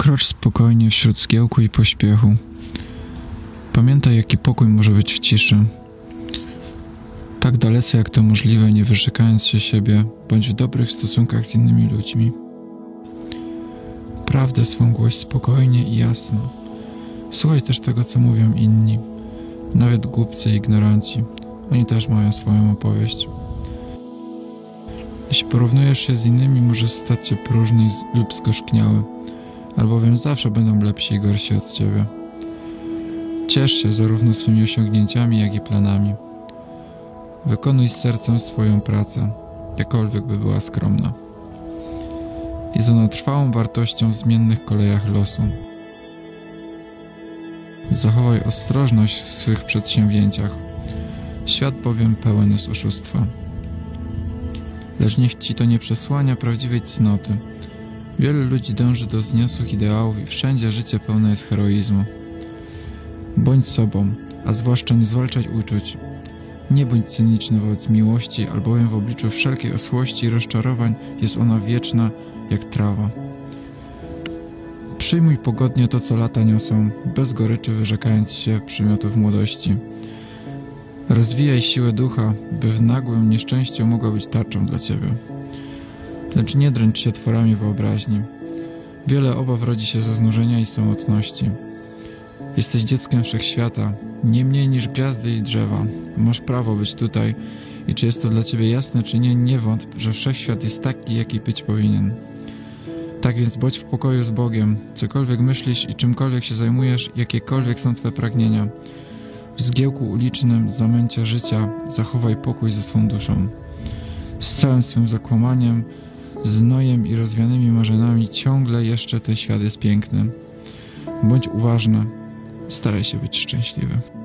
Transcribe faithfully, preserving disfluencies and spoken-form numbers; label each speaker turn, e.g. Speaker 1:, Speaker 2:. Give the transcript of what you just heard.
Speaker 1: Krocz spokojnie wśród zgiełku i pośpiechu. Pamiętaj, jaki pokój może być w ciszy. Tak dalece jak to możliwe, nie wyrzekając się siebie, bądź w dobrych stosunkach z innymi ludźmi. Prawdę swą głoś spokojnie i jasno. Słuchaj też tego, co mówią inni, nawet głupcy i ignoranci. Oni też mają swoją opowieść. Jeśli porównujesz się z innymi, możesz stać się próżny lub zgorzkniały, albowiem zawsze będą lepsi i gorsi od ciebie. Ciesz się zarówno swymi osiągnięciami, jak i planami. Wykonuj z sercem swoją pracę, jakkolwiek by była skromna. Jest ona trwałą wartością w zmiennych kolejach losu. Zachowaj ostrożność w swych przedsięwzięciach. Świat bowiem pełen jest oszustwa. Lecz niech ci to nie przesłania prawdziwej cnoty. Wielu ludzi dąży do wzniosłych ideałów i wszędzie życie pełne jest heroizmu. Bądź sobą, a zwłaszcza nie zwalczaj uczuć. Nie bądź cyniczny wobec miłości, albowiem w obliczu wszelkiej osłości i rozczarowań jest ona wieczna jak trawa. Przyjmuj pogodnie to, co lata niosą, bez goryczy wyrzekając się przymiotów młodości. Rozwijaj siłę ducha, by w nagłym nieszczęściu mogła być tarczą dla ciebie. Lecz nie dręcz się tworami wyobraźni. Wiele obaw rodzi się ze znużenia i samotności. Jesteś dzieckiem wszechświata, nie mniej niż gwiazdy i drzewa. Masz prawo być tutaj i czy jest to dla ciebie jasne, czy nie, nie wątp, że wszechświat jest taki, jaki być powinien. Tak więc bądź w pokoju z Bogiem, cokolwiek myślisz i czymkolwiek się zajmujesz, jakiekolwiek są twoje pragnienia. W zgiełku ulicznym, zamęcie życia, zachowaj pokój ze swą duszą. Z całym swym zakłamaniem, znojem i rozwianymi marzeniami ciągle jeszcze ten świat jest piękny. Bądź uważny, staraj się być szczęśliwy.